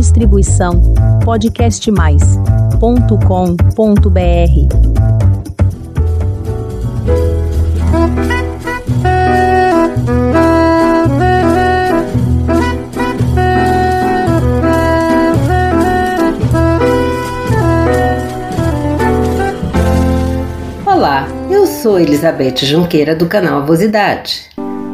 Distribuição podcastmais.com.br. Olá, eu sou Elizabeth Junqueira do canal Avosidade.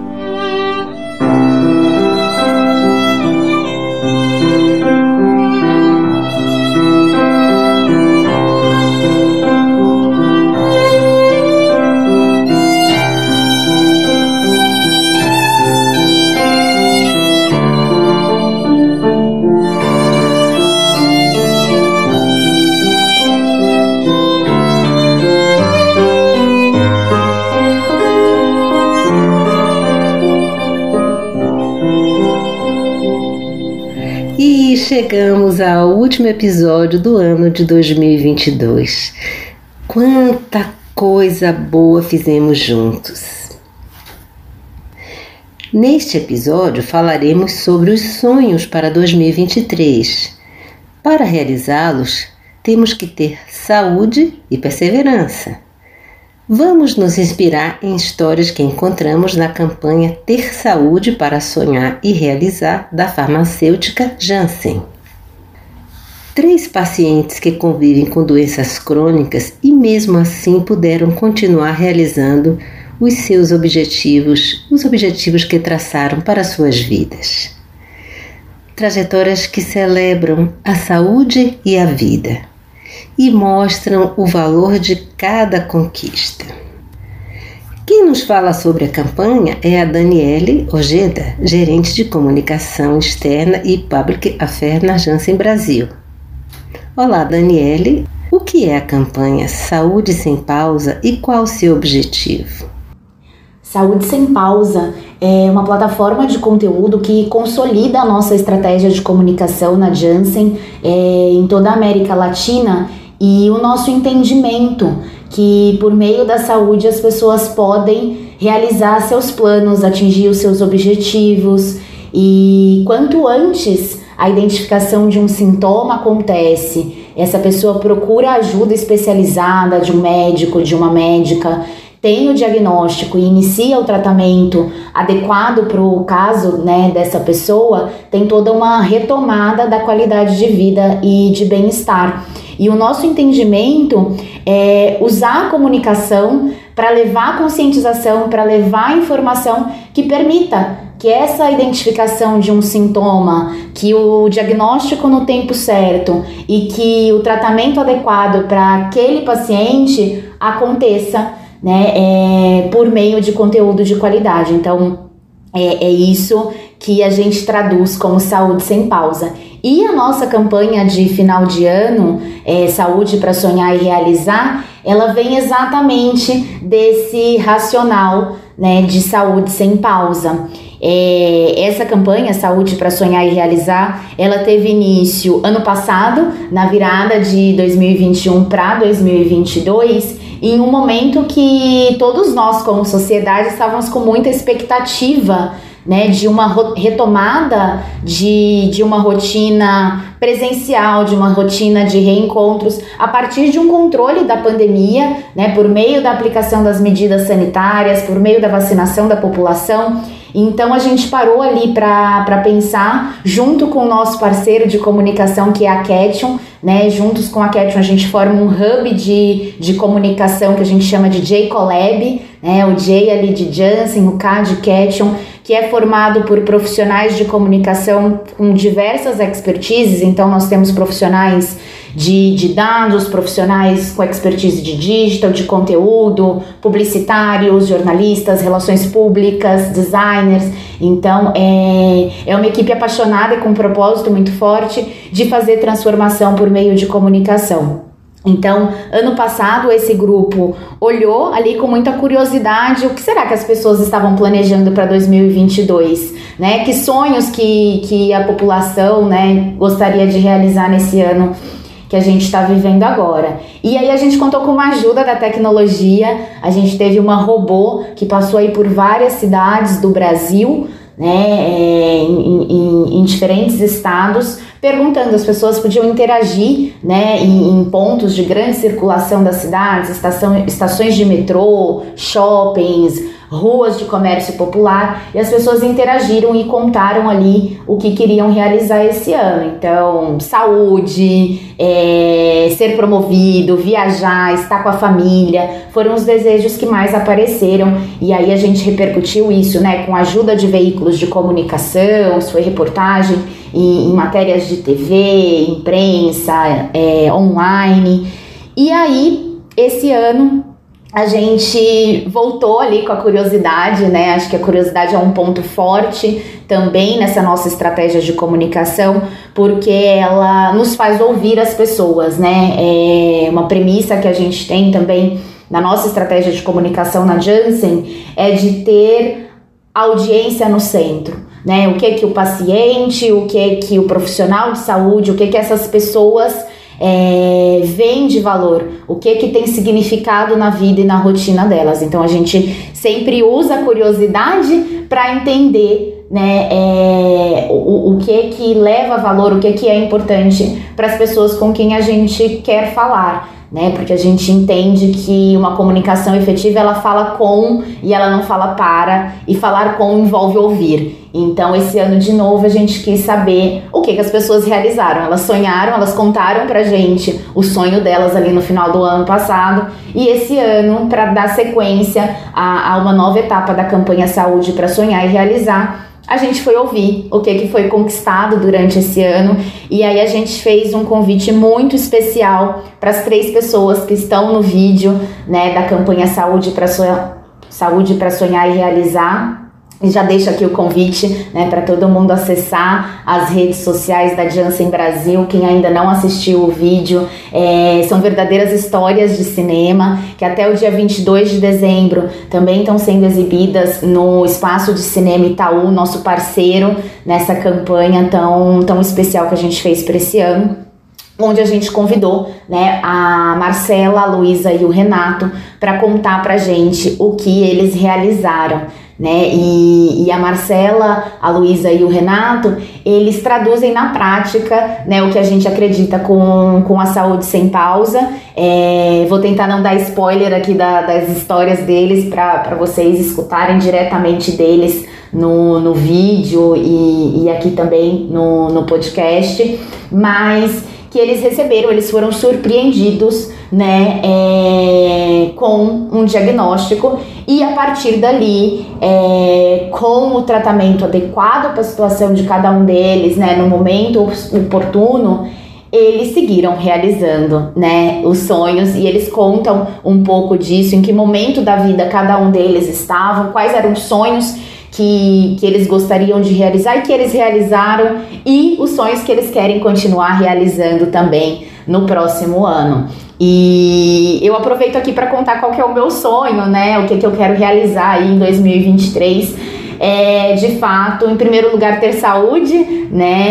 E chegamos ao último episódio do ano de 2022. Quanta coisa boa fizemos juntos! Neste episódio falaremos sobre os sonhos para 2023. Para realizá-los, temos que ter saúde e perseverança. Vamos nos inspirar em histórias que encontramos na campanha Ter Saúde para Sonhar e Realizar, da farmacêutica Janssen. 3 pacientes que convivem com doenças crônicas e mesmo assim puderam continuar realizando os seus objetivos, os objetivos que traçaram para suas vidas. Trajetórias que celebram a saúde e a vida e mostram o valor de cada conquista. Quem nos fala sobre a campanha é a Daniele Ojeda, gerente de comunicação externa e Public Affairs na Janssen Brasil. Olá, Daniele, o que é a campanha Saúde Sem Pausa e qual o seu objetivo? Saúde Sem Pausa é uma plataforma de conteúdo que consolida a nossa estratégia de comunicação na Janssen em toda a América Latina e o nosso entendimento que por meio da saúde as pessoas podem realizar seus planos, atingir os seus objetivos e quanto antes a identificação de um sintoma acontece, essa pessoa procura ajuda especializada de um médico, de uma médica, tem o diagnóstico e inicia o tratamento adequado para o caso, dessa pessoa, tem toda uma retomada da qualidade de vida e de bem-estar. E o nosso entendimento é usar a comunicação para levar a conscientização, para levar a informação que permita que essa identificação de um sintoma, que o diagnóstico no tempo certo e que o tratamento adequado para aquele paciente aconteça, por meio de conteúdo de qualidade. Então, é isso que a gente traduz como Saúde Sem Pausa. E a nossa campanha de final de ano, Saúde para Sonhar e Realizar, ela vem exatamente desse racional, de saúde sem pausa. Essa campanha, Saúde para Sonhar e Realizar, ela teve início ano passado, na virada de 2021 para 2022, em um momento que todos nós, como sociedade, estávamos com muita expectativa, de uma retomada de uma rotina presencial, de uma rotina de reencontros, a partir de um controle da pandemia, por meio da aplicação das medidas sanitárias, por meio da vacinação da população. Então a gente parou ali para pensar, junto com o nosso parceiro de comunicação, que é a Ketchum, juntos com a Ketchum a gente forma um hub de comunicação que a gente chama de J-Collab, o J ali de Janssen, o K de Ketchum, que é formado por profissionais de comunicação com diversas expertises. Então nós temos profissionais de dados, profissionais com expertise de digital, de conteúdo, publicitários, jornalistas, relações públicas, designers. Então é uma equipe apaixonada e com um propósito muito forte de fazer transformação por meio de comunicação. Então, ano passado, esse grupo olhou ali com muita curiosidade o que será que as pessoas estavam planejando para 2022, Que sonhos que a população, gostaria de realizar nesse ano que a gente está vivendo agora. E aí a gente contou com uma ajuda da tecnologia, a gente teve uma robô que passou aí por várias cidades do Brasil, em diferentes estados, perguntando, as pessoas podiam interagir, né, em pontos de grande circulação das cidades, estações de metrô, shoppings, ruas de comércio popular, e as pessoas interagiram e contaram ali o que queriam realizar esse ano. Então, saúde, ser promovido, viajar, estar com a família, foram os desejos que mais apareceram, e aí a gente repercutiu isso, né, com a ajuda de veículos de comunicação, isso foi reportagem em matérias de TV, imprensa, online. E aí, esse ano, a gente voltou ali com a curiosidade, né? Acho que a curiosidade é um ponto forte também nessa nossa estratégia de comunicação, porque ela nos faz ouvir as pessoas, né? É uma premissa que a gente tem também na nossa estratégia de comunicação na Janssen, é de ter audiência no centro, né? O que o paciente, o que o profissional de saúde, o que essas pessoas vem de valor, o que tem significado na vida e na rotina delas. Então a gente sempre usa a curiosidade para entender, né, o que leva valor, o que é importante para as pessoas com quem a gente quer falar, né? Porque a gente entende que uma comunicação efetiva, ela fala com e ela não fala para, e falar com envolve ouvir. Então, esse ano, de novo, a gente quis saber o que as pessoas realizaram. Elas sonharam, elas contaram pra gente o sonho delas ali no final do ano passado. E esse ano, para dar sequência a uma nova etapa da campanha Saúde para Sonhar e Realizar, a gente foi ouvir o que foi conquistado durante esse ano. E aí a gente fez um convite muito especial para as 3 pessoas que estão no vídeo, né, da campanha Saúde para Sonhar e Realizar. E já deixo aqui o convite, né, para todo mundo acessar as redes sociais da Janssen Brasil. Quem ainda não assistiu o vídeo, são verdadeiras histórias de cinema, que até o dia 22 de dezembro também estão sendo exibidas no Espaço de Cinema Itaú, nosso parceiro nessa campanha tão especial que a gente fez para esse ano, onde a gente convidou, né, a Marcela, a Luísa e o Renato para contar pra gente o que eles realizaram, né? E a Marcela, a Luísa e o Renato, eles traduzem na prática, né, o que a gente acredita com a saúde sem pausa. Vou tentar não dar spoiler aqui das histórias deles para vocês escutarem diretamente deles no vídeo e aqui também no podcast, mas que eles foram surpreendidos, né, com um diagnóstico, e a partir dali, com o tratamento adequado para a situação de cada um deles, né, no momento oportuno, eles seguiram realizando, né, os sonhos, e eles contam um pouco disso, em que momento da vida cada um deles estavam, quais eram os sonhos que eles gostariam de realizar e que eles realizaram, e os sonhos que eles querem continuar realizando também no próximo ano. E eu aproveito aqui para contar qual que é o meu sonho, né, o que eu quero realizar aí em 2023. De fato, em primeiro lugar, ter saúde,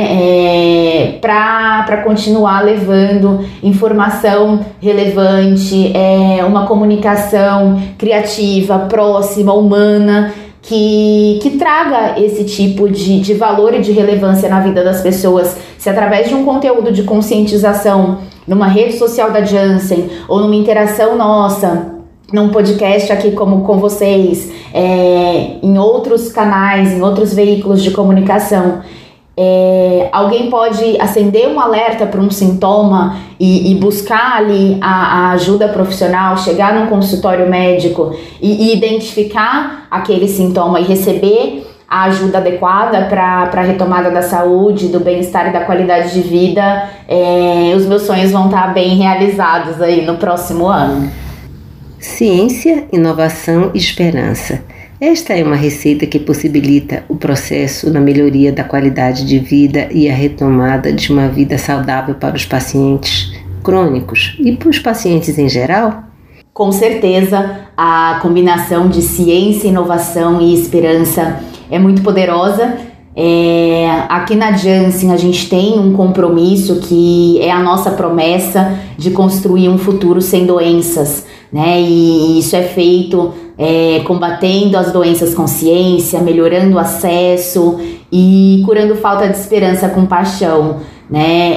né, para continuar levando informação relevante, uma comunicação criativa, próxima, humana, que traga esse tipo de valor e de relevância na vida das pessoas. Se através de um conteúdo de conscientização numa rede social da Janssen, ou numa interação nossa, num podcast aqui como com vocês, em outros canais, em outros veículos de comunicação, alguém pode acender um alerta para um sintoma e buscar ali a ajuda profissional, chegar num consultório médico e identificar aquele sintoma e receber a ajuda adequada para a retomada da saúde, do bem-estar e da qualidade de vida. Os meus sonhos vão estar bem realizados aí no próximo ano. Ciência, inovação e esperança. Esta é uma receita que possibilita o processo na melhoria da qualidade de vida e a retomada de uma vida saudável para os pacientes crônicos e para os pacientes em geral? Com certeza, a combinação de ciência, inovação e esperança é muito poderosa. Aqui na Janssen a gente tem um compromisso que é a nossa promessa de construir um futuro sem doenças, né? E isso é feito combatendo as doenças com ciência, melhorando o acesso e curando falta de esperança com paixão, né?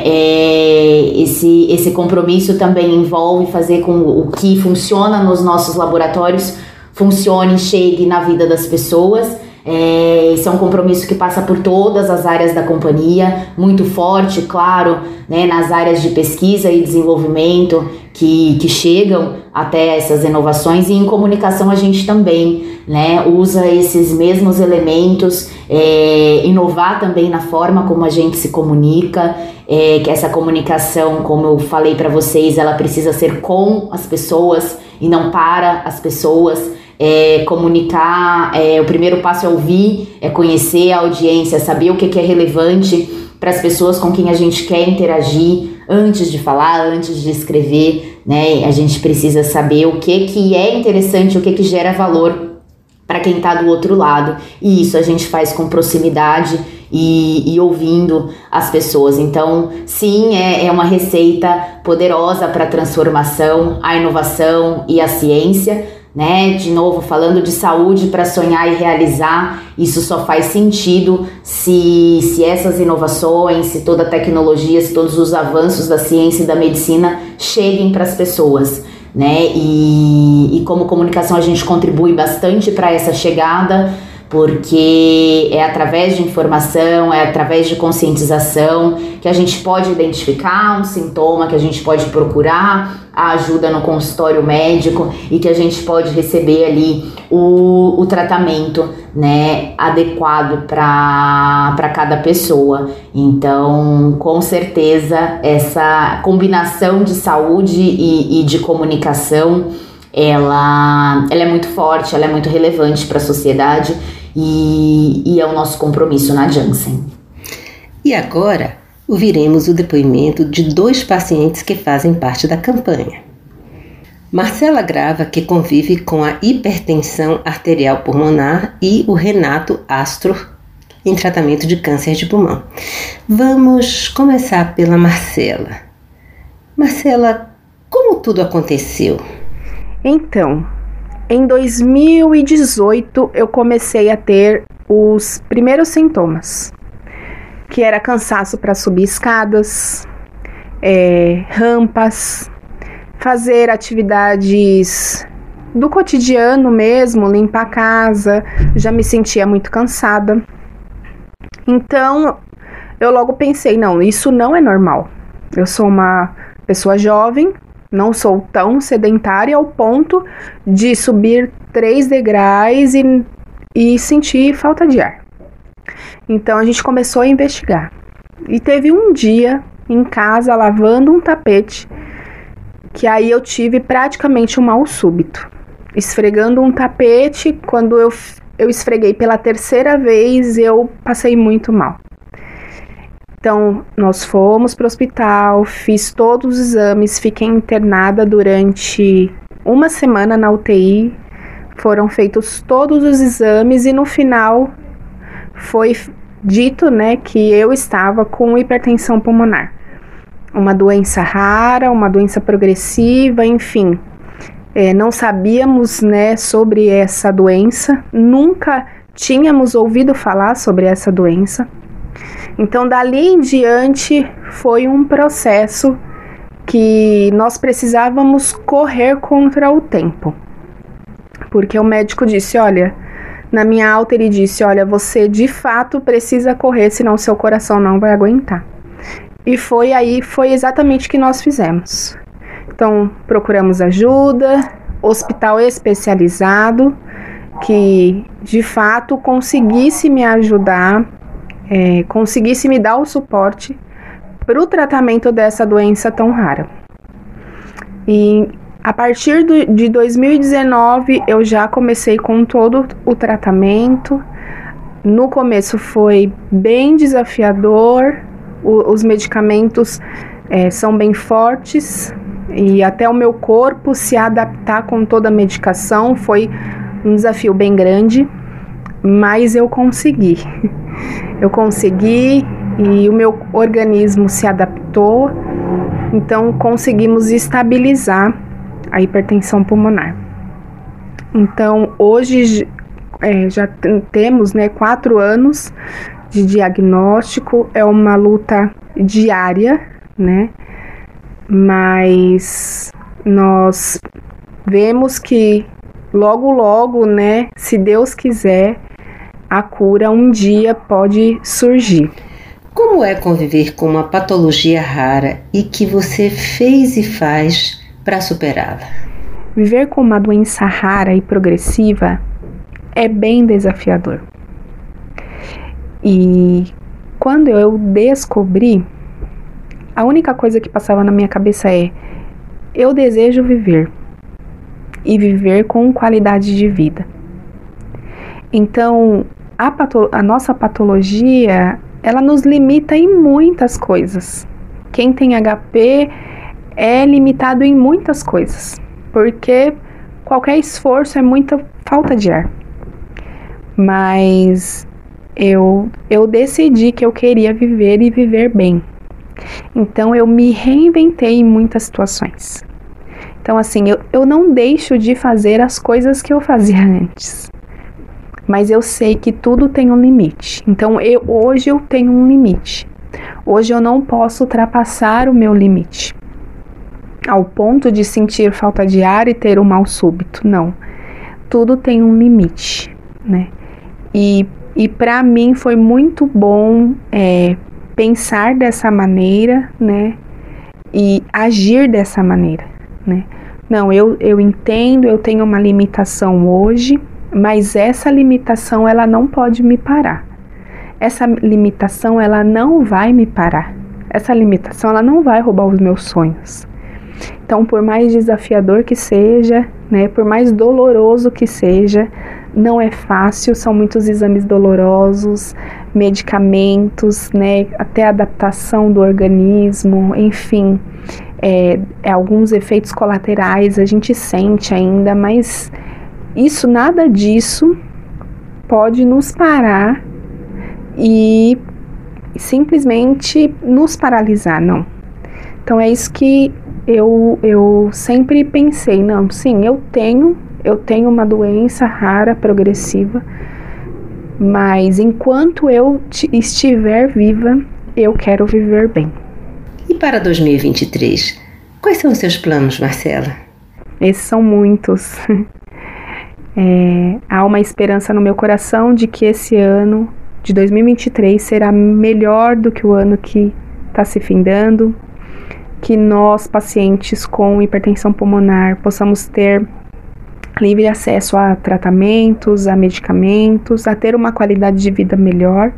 Esse compromisso também envolve fazer com o que funciona nos nossos laboratórios funcione e chegue na vida das pessoas. Esse é um compromisso que passa por todas as áreas da companhia, muito forte, claro, né, nas áreas de pesquisa e desenvolvimento que chegam até essas inovações, e em comunicação a gente também, né, usa esses mesmos elementos, inovar também na forma como a gente se comunica, que essa comunicação, como eu falei para vocês, ela precisa ser com as pessoas e não para as pessoas. Comunicar, o primeiro passo é ouvir, é conhecer a audiência, saber o que é relevante para as pessoas com quem a gente quer interagir antes de falar, antes de escrever, né? A gente precisa saber o que é interessante, o que gera valor para quem está do outro lado, e isso a gente faz com proximidade e ouvindo as pessoas. Então, sim, é uma receita poderosa para a transformação, a inovação e a ciência, né? De novo, falando de saúde para sonhar e realizar, isso só faz sentido se essas inovações, se toda a tecnologia, se todos os avanços da ciência e da medicina cheguem para as pessoas, né? E como comunicação a gente contribui bastante para essa chegada, porque é através de informação, é através de conscientização que a gente pode identificar um sintoma, que a gente pode procurar a ajuda no consultório médico e que a gente pode receber ali o tratamento, né, adequado para cada pessoa. Então, com certeza, essa combinação de saúde e de comunicação, ela é muito forte, ela é muito relevante para a sociedade e é o nosso compromisso na Janssen. E agora, ouviremos o depoimento de 2 pacientes que fazem parte da campanha. Marcela Grava, que convive com a hipertensão arterial pulmonar, e o Renato Astro, em tratamento de câncer de pulmão. Vamos começar pela Marcela. Marcela, como tudo aconteceu? Então, em 2018 eu comecei a ter os primeiros sintomas, que era cansaço para subir escadas, rampas, fazer atividades do cotidiano mesmo, limpar a casa, já me sentia muito cansada. Então, eu logo pensei, não, isso não é normal. Eu sou uma pessoa jovem, não sou tão sedentária ao ponto de subir 3 degraus e sentir falta de ar. Então a gente começou a investigar. E teve um dia em casa lavando um tapete que aí eu tive praticamente um mal súbito. Esfregando um tapete, quando eu esfreguei pela 3ª vez, eu passei muito mal. Então, nós fomos para o hospital, fiz todos os exames, fiquei internada durante 1 semana na UTI, foram feitos todos os exames e no final foi dito, né, que eu estava com hipertensão pulmonar. Uma doença rara, uma doença progressiva, enfim. Não sabíamos, né, sobre essa doença, nunca tínhamos ouvido falar sobre essa doença. Então, dali em diante, foi um processo que nós precisávamos correr contra o tempo. Porque o médico disse, olha, na minha alta ele disse, olha, você de fato precisa correr, senão seu coração não vai aguentar. E foi exatamente o que nós fizemos. Então, procuramos ajuda, hospital especializado, que de fato conseguisse me ajudar, conseguisse me dar o suporte para o tratamento dessa doença tão rara. E a partir de 2019 eu já comecei com todo o tratamento. No começo foi bem desafiador, os medicamentos são bem fortes e até o meu corpo se adaptar com toda a medicação foi um desafio bem grande, mas eu consegui. Eu consegui e o meu organismo se adaptou, então conseguimos estabilizar a hipertensão pulmonar. Então hoje já temos 4 anos de diagnóstico, é uma luta diária, né? Mas nós vemos que logo, logo, né, se Deus quiser, a cura um dia pode surgir. Como é conviver com uma patologia rara e que você fez e faz para superá-la? Viver com uma doença rara e progressiva é bem desafiador. E quando eu descobri, a única coisa que passava na minha cabeça é: eu desejo viver e viver com qualidade de vida. Então, a nossa patologia, ela nos limita em muitas coisas. Quem tem HP é limitado em muitas coisas, porque qualquer esforço é muita falta de ar. Mas eu decidi que eu queria viver e viver bem. Então eu me reinventei em muitas situações. Então assim, eu não deixo de fazer as coisas que eu fazia antes. Mas eu sei que tudo tem um limite. Então hoje eu tenho um limite. Hoje eu não posso ultrapassar o meu limite ao ponto de sentir falta de ar e ter um mal súbito. Não. Tudo tem um limite, né? E para mim foi muito bom pensar dessa maneira, né? E agir dessa maneira, né? Não, eu entendo, eu tenho uma limitação hoje, mas essa limitação ela não pode me parar. Essa limitação ela não vai me parar. Essa limitação ela não vai roubar os meus sonhos. Então, por mais desafiador que seja, né, por mais doloroso que seja, não é fácil, são muitos exames dolorosos, medicamentos, né, até adaptação do organismo, enfim, alguns efeitos colaterais a gente sente ainda, mas nada disso pode nos parar e simplesmente nos paralisar, não. Então é isso que eu sempre pensei, não, sim, eu tenho uma doença rara, progressiva, mas enquanto eu estiver viva, eu quero viver bem. E para 2023, quais são os seus planos, Marcela? Esses são muitos. Há uma esperança no meu coração de que esse ano de 2023 será melhor do que o ano que está se findando, que nós, pacientes com hipertensão pulmonar, possamos ter livre acesso a tratamentos, a medicamentos, a ter uma qualidade de vida melhor,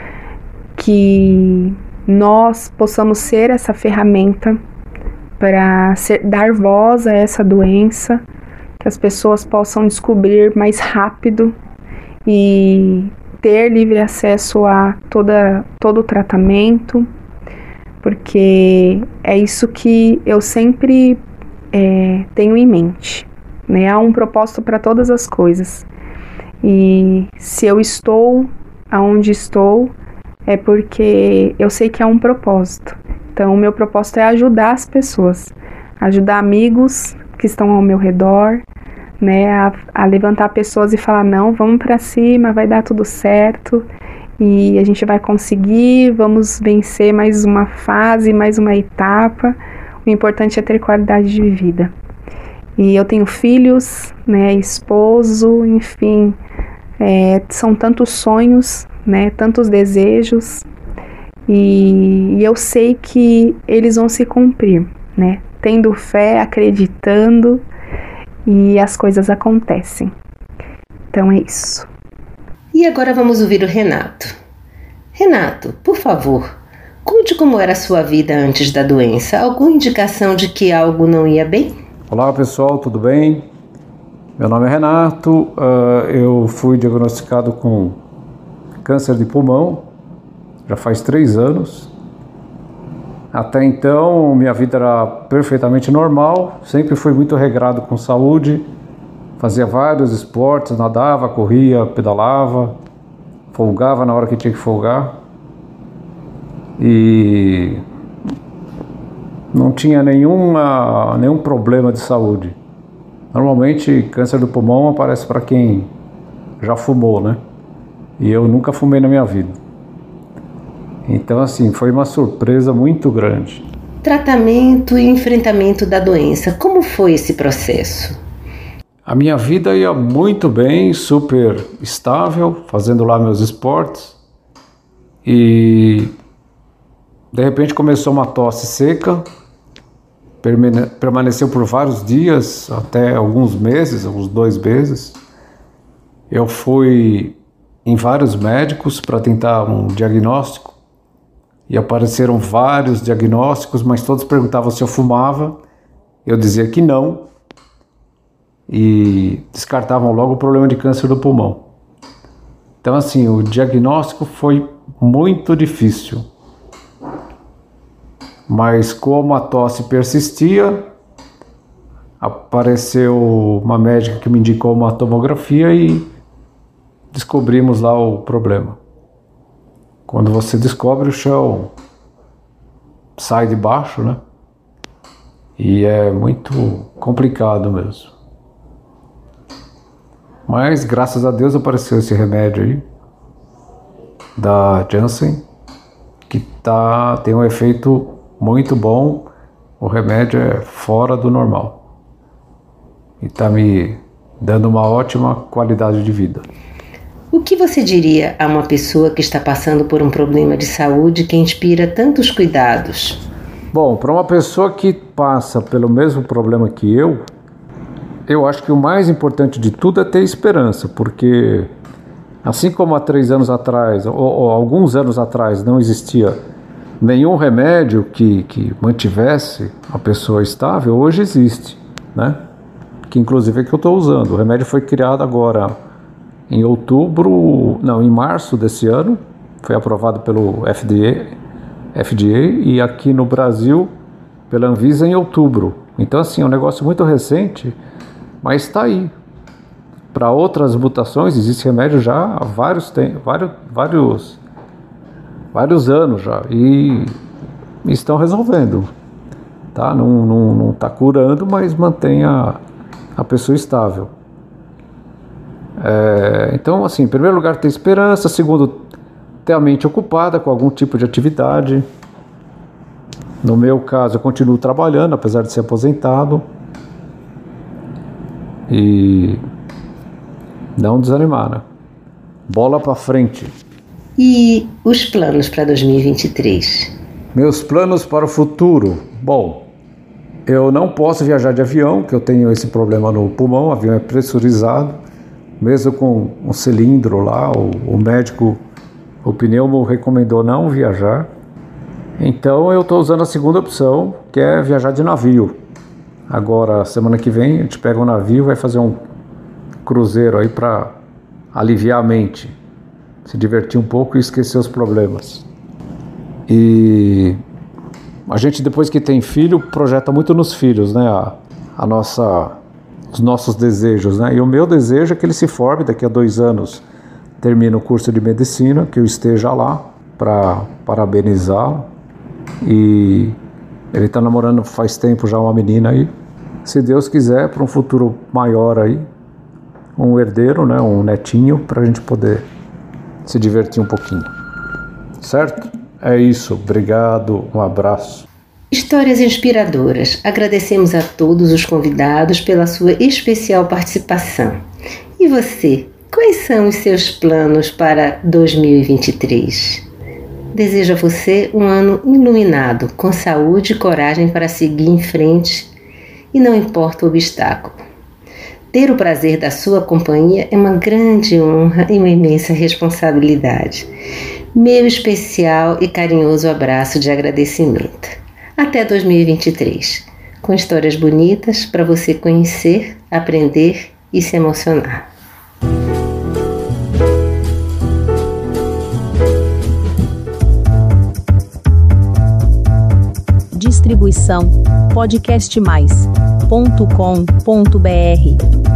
que nós possamos ser essa ferramenta para dar voz a essa doença, que as pessoas possam descobrir mais rápido e ter livre acesso a todo o tratamento, porque é isso que eu sempre tenho em mente, né? Há um propósito para todas as coisas, e se eu estou aonde estou, é porque eu sei que há um propósito. Então o meu propósito é ajudar as pessoas, ajudar amigos que estão ao meu redor, né, a levantar pessoas e falar: não, vamos para cima, vai dar tudo certo e a gente vai conseguir, vamos vencer mais uma fase, mais uma etapa. O importante é ter qualidade de vida. E eu tenho filhos, né, esposo, enfim, são tantos sonhos, né, tantos desejos, e eu sei que eles vão se cumprir, né, tendo fé, acreditando, e as coisas acontecem. Então é isso. E agora vamos ouvir o Renato. Renato, por favor, conte como era a sua vida antes da doença. Alguma indicação de que algo não ia bem? Olá pessoal, tudo bem? Meu nome é Renato, eu fui diagnosticado com câncer de pulmão, já faz 3 anos. Até então, minha vida era perfeitamente normal, sempre fui muito regrado com saúde, fazia vários esportes, nadava, corria, pedalava, folgava na hora que tinha que folgar e não tinha nenhum problema de saúde. Normalmente, câncer do pulmão aparece para quem já fumou, né? E eu nunca fumei na minha vida. Então, assim, foi uma surpresa muito grande. Tratamento e enfrentamento da doença, como foi esse processo? A minha vida ia muito bem, super estável, fazendo lá meus esportes. E de repente começou uma tosse seca, permaneceu por vários dias, até alguns meses, uns 2 meses. Eu fui em vários médicos para tentar um diagnóstico e apareceram vários diagnósticos, mas todos perguntavam se eu fumava. Eu dizia que não e descartavam logo o problema de câncer do pulmão. Então, assim, o diagnóstico foi muito difícil. Mas como a tosse persistia, apareceu uma médica que me indicou uma tomografia e descobrimos lá o problema. Quando você descobre, o chão sai de baixo, né? E é muito complicado mesmo. Mas graças a Deus apareceu esse remédio aí da Janssen, que tem um efeito muito bom. O remédio é fora do normal e está me dando uma ótima qualidade de vida. O que você diria a uma pessoa que está passando por um problema de saúde que inspira tantos cuidados? Bom, para uma pessoa que passa pelo mesmo problema que eu acho que o mais importante de tudo é ter esperança, porque assim como há 3 anos atrás, ou alguns anos atrás, não existia nenhum remédio que mantivesse a pessoa estável, hoje existe, né? Que inclusive é que eu estou usando. O remédio foi criado agora em março desse ano, foi aprovado pelo FDA e aqui no Brasil pela Anvisa em outubro. Então, assim, é um negócio muito recente, mas está aí. Para outras mutações existe remédio já há vários anos já e estão resolvendo, tá? Não está curando, mas mantém a pessoa estável. Então, assim, em primeiro lugar, ter esperança. Segundo, ter a mente ocupada com algum tipo de atividade. No meu caso, eu continuo trabalhando, apesar de ser aposentado. E não desanimar, né? Bola pra frente. E os planos para 2023? Meus planos para o futuro? Bom, eu não posso viajar de avião, que eu tenho esse problema no pulmão, o avião é pressurizado. Mesmo com um cilindro lá, o médico, o pneumo recomendou não viajar. Então eu estou usando a segunda opção, que é viajar de navio. Agora, semana que vem, a gente pega um navio e vai fazer um cruzeiro aí para aliviar a mente, se divertir um pouco e esquecer os problemas. E a gente, depois que tem filho, projeta muito nos filhos, né? Os nossos desejos, né? E o meu desejo é que ele se forme daqui a 2 anos, termine o curso de medicina, que eu esteja lá para parabenizá-lo. E ele está namorando faz tempo já uma menina aí. Se Deus quiser, para um futuro maior aí, um herdeiro, né? Um netinho, para a gente poder se divertir um pouquinho. Certo? É isso. Obrigado. Um abraço. Histórias inspiradoras. Agradecemos a todos os convidados pela sua especial participação. E você, quais são os seus planos para 2023? Desejo a você um ano iluminado, com saúde e coragem para seguir em frente e não importa o obstáculo. Ter o prazer da sua companhia é uma grande honra e uma imensa responsabilidade. Meu especial e carinhoso abraço de agradecimento. Até 2023, com histórias bonitas para você conhecer, aprender e se emocionar. Distribuição podcastmais.com.br